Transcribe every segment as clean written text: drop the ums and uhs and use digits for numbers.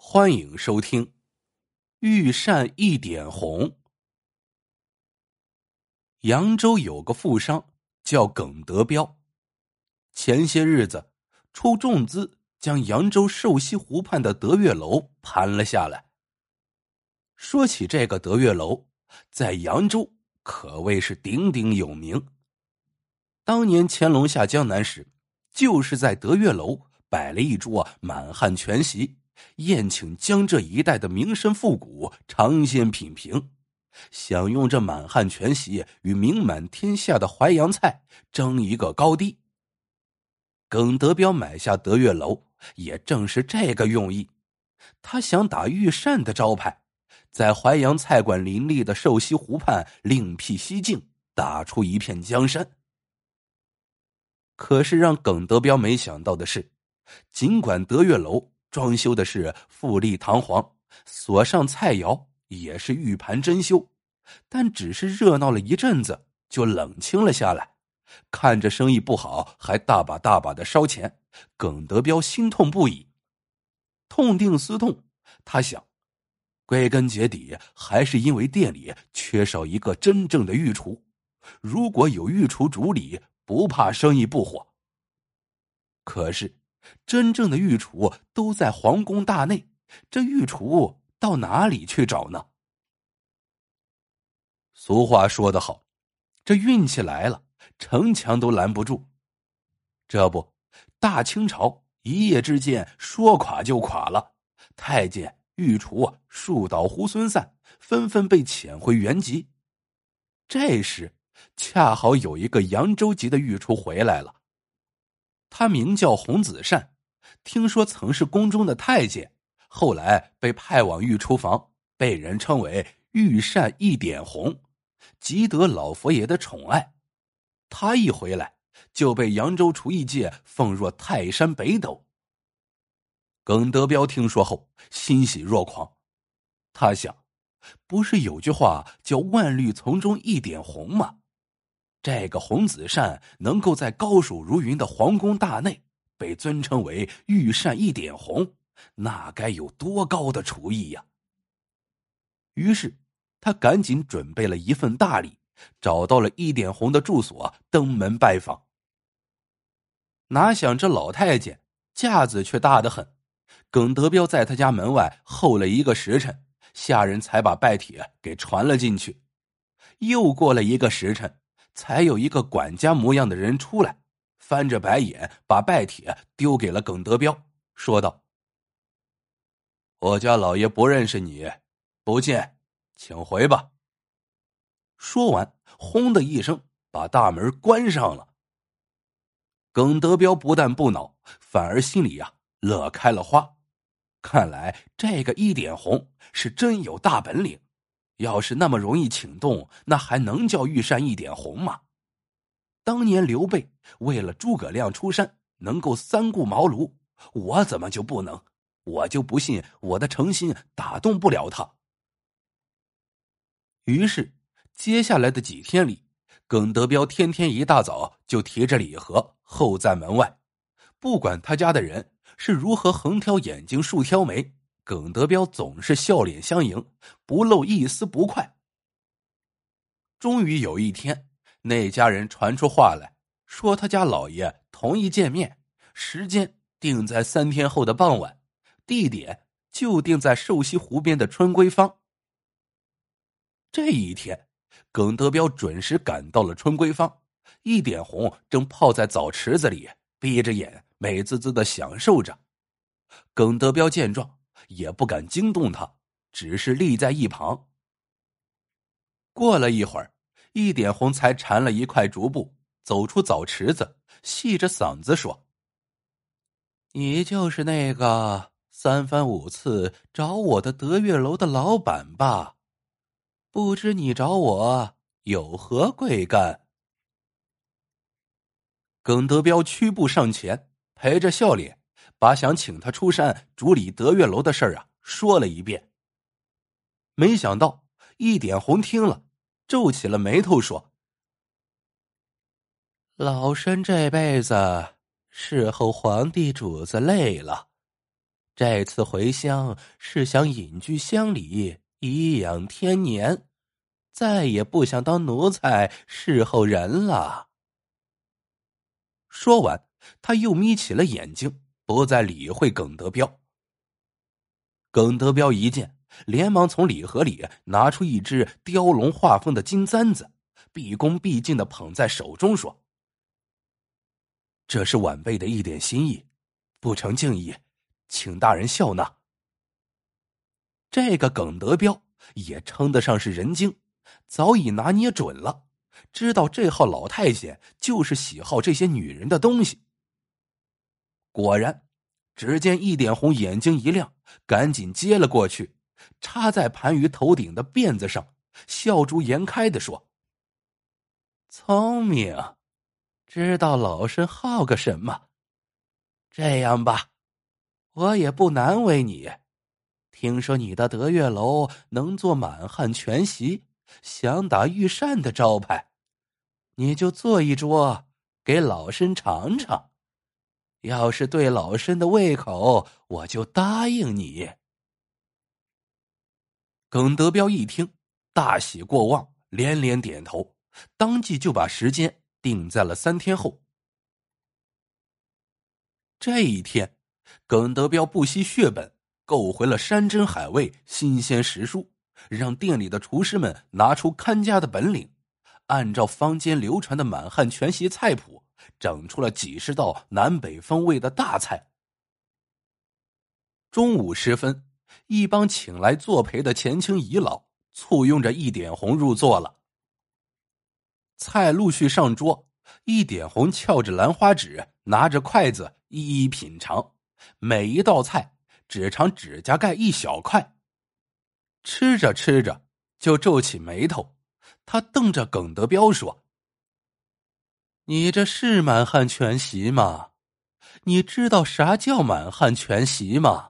欢迎收听御膳一点红。扬州有个富商叫耿德彪，前些日子出重资将扬州瘦西湖畔的德月楼盘了下来。说起这个德月楼，在扬州可谓是鼎鼎有名。当年乾隆下江南时，就是在德月楼摆了一桌满汉全席，宴请江浙一带的名绅富贾尝鲜品评，想用这满汉全席与名满天下的淮扬菜争一个高低。耿德彪买下德月楼也正是这个用意，他想打御膳的招牌，在淮扬菜馆林立的瘦西湖畔另辟蹊径，打出一片江山。可是让耿德彪没想到的是，尽管德月楼装修的是富丽堂皇，所上菜肴也是玉盘珍馐，但只是热闹了一阵子就冷清了下来。看着生意不好，还大把大把的烧钱，耿德彪心痛不已。痛定思痛，他想，归根结底还是因为店里缺少一个真正的御厨，如果有御厨主理，不怕生意不火。可是真正的御厨都在皇宫大内，这御厨到哪里去找呢？俗话说得好，这运气来了，城墙都拦不住。这不，大清朝一夜之间说垮就垮了，太监、御厨树倒猢狲散，纷纷被遣回原籍。这时恰好有一个扬州籍的御厨回来了，他名叫洪子善，听说曾是宫中的太监，后来被派往御厨房，被人称为御膳一点红，极得老佛爷的宠爱。他一回来就被扬州厨艺界奉若泰山北斗。耿德彪听说后欣喜若狂，他想，不是有句话叫万绿丛中一点红吗？这个洪子善能够在高手如云的皇宫大内被尊称为御膳一点红，那该有多高的厨艺呀！于是他赶紧准备了一份大礼，找到了一点红的住所，登门拜访。哪想这老太监架子却大得很，耿德彪在他家门外候了一个时辰，下人才把拜帖给传了进去。又过了一个时辰，才有一个管家模样的人出来，翻着白眼把拜帖丢给了耿德彪，说道：我家老爷不认识你，不见，请回吧。说完，轰的一声把大门关上了。耿德彪不但不恼，反而心里乐开了花。看来这个一点红是真有大本领，要是那么容易请动，那还能叫御膳一点红吗？当年刘备为了诸葛亮出山能够三顾茅庐，我怎么就不能？我就不信我的诚心打动不了他。于是接下来的几天里，耿德彪天天一大早就提着礼盒候在门外，不管他家的人是如何横挑眼睛竖挑眉，耿德彪总是笑脸相迎，不露一丝不快。终于有一天，那家人传出话来，说他家老爷同意见面，时间定在3天后的傍晚，地点就定在瘦西湖边的春闺坊。这一天，耿德彪准时赶到了春闺坊，一点红正泡在澡池子里，闭着眼美滋滋的享受着。耿德彪见状也不敢惊动他，只是立在一旁。过了一会儿，一点红才缠了一块竹布走出澡池子，细着嗓子说：你就是那个3番5次找我的德月楼的老板吧？不知你找我有何贵干？耿德彪屈步上前，陪着笑脸把想请他出山主理德月楼的事儿说了一遍。没想到一点红听了，皱起了眉头说：老身这辈子侍候皇帝主子累了， 这次回乡是想隐居乡里，颐养天年，再也不想当奴才侍候人了。说完，他又眯起了眼睛，不再理会耿德彪。耿德彪一见，连忙从礼盒里拿出一只雕龙画凤的金簪子，毕恭毕敬地捧在手中，说：“这是晚辈的一点心意，不成敬意，请大人笑纳。”这个耿德彪也称得上是人精，早已拿捏准了，知道这号老太监就是喜好这些女人的东西。果然，只见一点红眼睛一亮，赶紧接了过去，插在盘鱼头顶的辫子上，笑逐颜开地说：“聪明，知道老身好个什么。这样吧，我也不难为你。听说你的德月楼能做满汉全席，想打御膳的招牌，你就做一桌给老身尝尝。要是对老身的胃口，我就答应你。”耿德彪一听，大喜过望，连连点头，当即就把时间定在了3天后。这一天，耿德彪不惜血本，购回了山珍海味、新鲜食蔬，让店里的厨师们拿出看家的本领，按照坊间流传的满汉全席菜谱，整出了几十道南北风味的大菜。中午时分，一帮请来作陪的前清遗老簇拥着一点红入座了。菜陆续上桌，一点红翘着兰花指，拿着筷子一一品尝，每一道菜只长指甲盖一小块。吃着吃着就皱起眉头，他瞪着耿德彪说：“你这是满汉全席吗？你知道啥叫满汉全席吗？”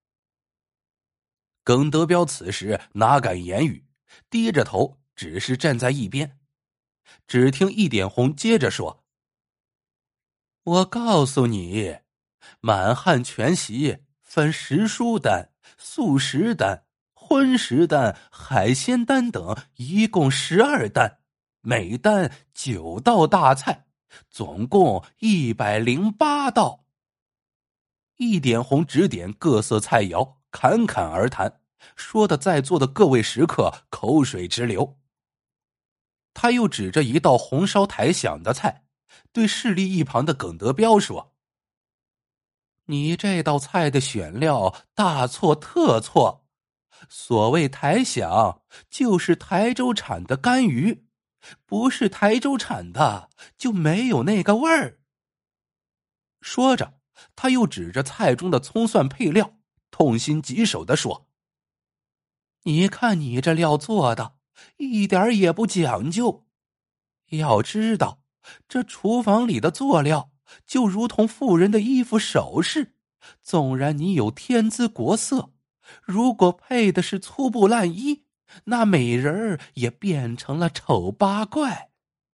耿德彪此时哪敢言语，低着头只是站在一边。只听一点红接着说：“我告诉你，满汉全席分时蔬单、素食单、荤食单、海鲜单等，一共12单，每单9道大菜，总共108道。”一点红指点各色菜肴，侃侃而谈，说的在座的各位食客口水直流。他又指着一道红烧台响的菜，对势力一旁的耿德彪说：“你这道菜的选料大错特错，所谓台响，就是台州产的干鱼，不是台州产的就没有那个味儿。”说着，他又指着菜中的葱蒜配料，痛心疾首地说：“你看你这料做的一点也不讲究。要知道，这厨房里的佐料就如同妇人的衣服首饰，纵然你有天姿国色，如果配的是粗布烂衣，那美人儿也变成了丑八怪。”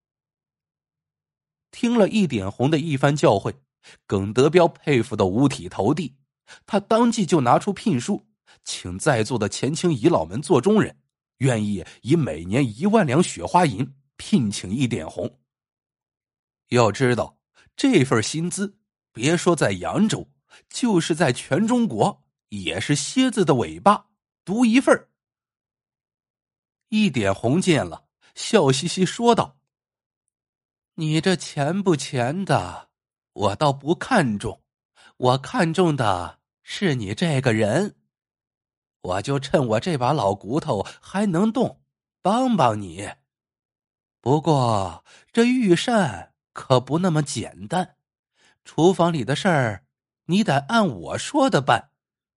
听了一点红的一番教诲，耿德彪佩服得五体投地，他当即就拿出聘书，请在座的前清遗老们做中人，愿意以每年1万两雪花银聘请一点红。要知道，这份薪资别说在扬州，就是在全中国也是蝎子的尾巴独一份。一点红见了，笑嘻嘻说道：“你这钱不钱的，我倒不看重，我看重的是你这个人。我就趁我这把老骨头还能动，帮帮你。不过这御膳可不那么简单，厨房里的事儿你得按我说的办。”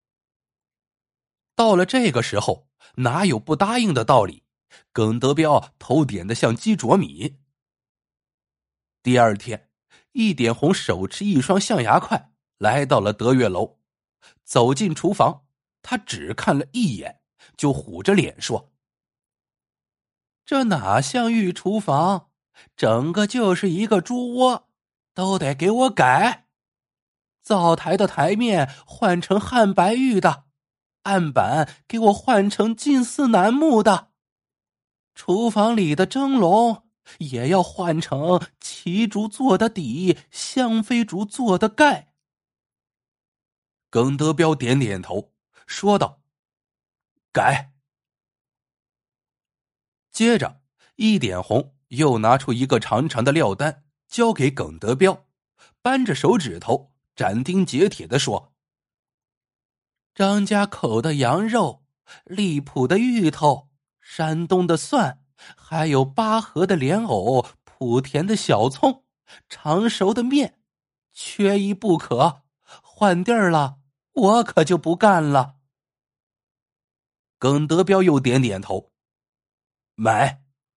到了这个时候，哪有不答应的道理？耿德彪头点得像鸡啄米。第二天，一点红手持一双象牙筷来到了德月楼，走进厨房，他只看了一眼，就虎着脸说：“这哪像御厨房，整个就是一个猪窝，都得给我改。” 灶台的台面换成汉白玉的，案板给我换成金丝楠木的，厨房里的蒸笼也要换成奇竹做的底，香妃竹做的盖。耿德彪点点头，说道：改。接着一点红又拿出一个长长的料单，交给耿德彪，扳着手指头斩钉截铁地说：张家口的羊肉，荔浦的芋头，山东的蒜，还有巴河的莲藕，莆田的小葱，常熟的面，缺一不可，换地儿了我可就不干了。耿德彪又点点头，买。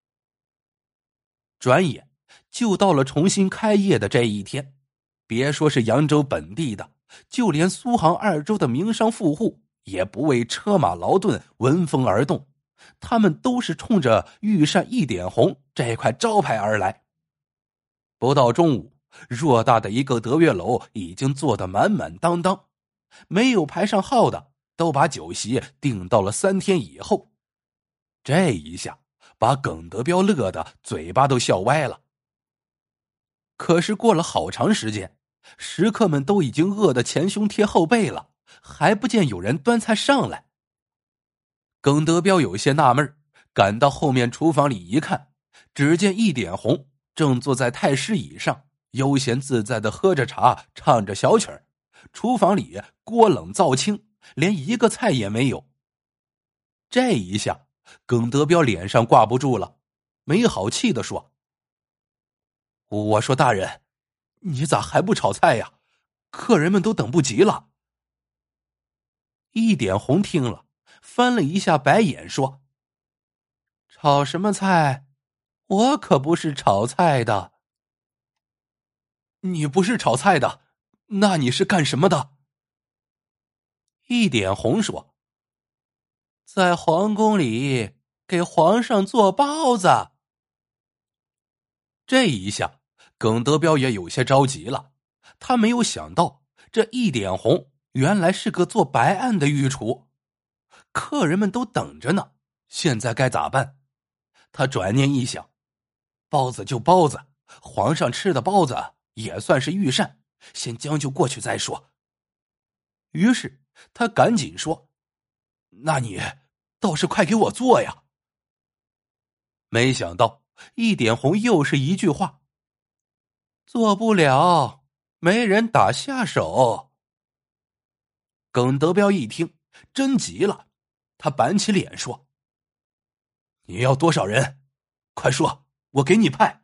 转眼就到了重新开业的这一天，别说是扬州本地的，就连苏杭二州的名商富户也不为车马劳顿闻风而动，他们都是冲着御膳一点红这块招牌而来。不到中午，偌大的一个德月楼已经坐得满满当当，没有排上号的都把酒席定到了3天以后。这一下把耿德彪乐得嘴巴都笑歪了。可是过了好长时间，食客们都已经饿得前胸贴后背了，还不见有人端菜上来。耿德彪有些纳闷，赶到后面厨房里一看，只见一点红正坐在太师椅上，悠闲自在地喝着茶，唱着小曲儿。厨房里锅冷灶清，连一个菜也没有。这一下耿德彪脸上挂不住了，没好气地说：我说大人，你咋还不炒菜呀？客人们都等不及了。一点红听了，翻了一下白眼说：炒什么菜？我可不是炒菜的。你不是炒菜的，那你是干什么的？一点红说：在皇宫里给皇上做包子。这一下耿德彪也有些着急了，他没有想到这一点红原来是个做白案的御厨，客人们都等着呢，现在该咋办？他转念一想，包子就包子，皇上吃的包子也算是御膳，先将就过去再说。于是他赶紧说：那你倒是快给我做呀。没想到一点红又是一句话：做不了，没人打下手。耿德彪一听真急了，他板起脸说：你要多少人？快说，我给你派。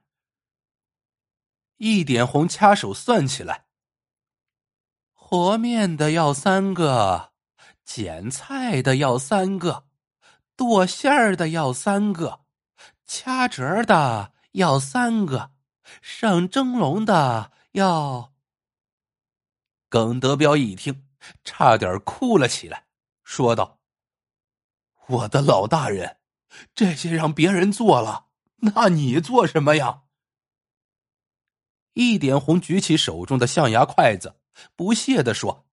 一点红掐手算起来：和面的要3个，剪菜的要3个，剁馅儿的要3个，掐折的要3个，上蒸笼的要……耿德彪一听差点哭了起来，说道：我的老大人，这些让别人做了，那你做什么呀？一点红举起手中的象牙筷子，不屑地说：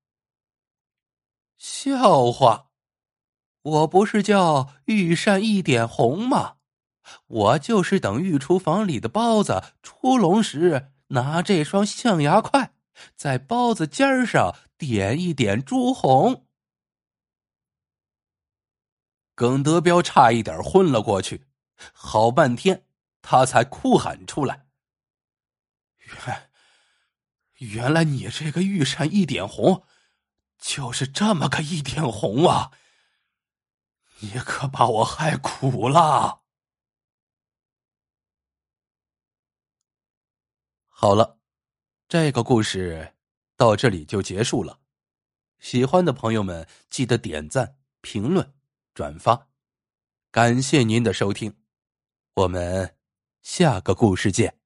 笑话，我不是叫御膳一点红吗？我就是等御厨房里的包子出笼时，拿这双象牙筷在包子尖上点一点朱红。耿德彪差一点昏了过去，好半天他才哭喊出来：原来你这个御膳一点红就是这么个一点红啊！你可把我害苦了。好了，这个故事到这里就结束了。喜欢的朋友们记得点赞、评论、转发，感谢您的收听，我们下个故事见。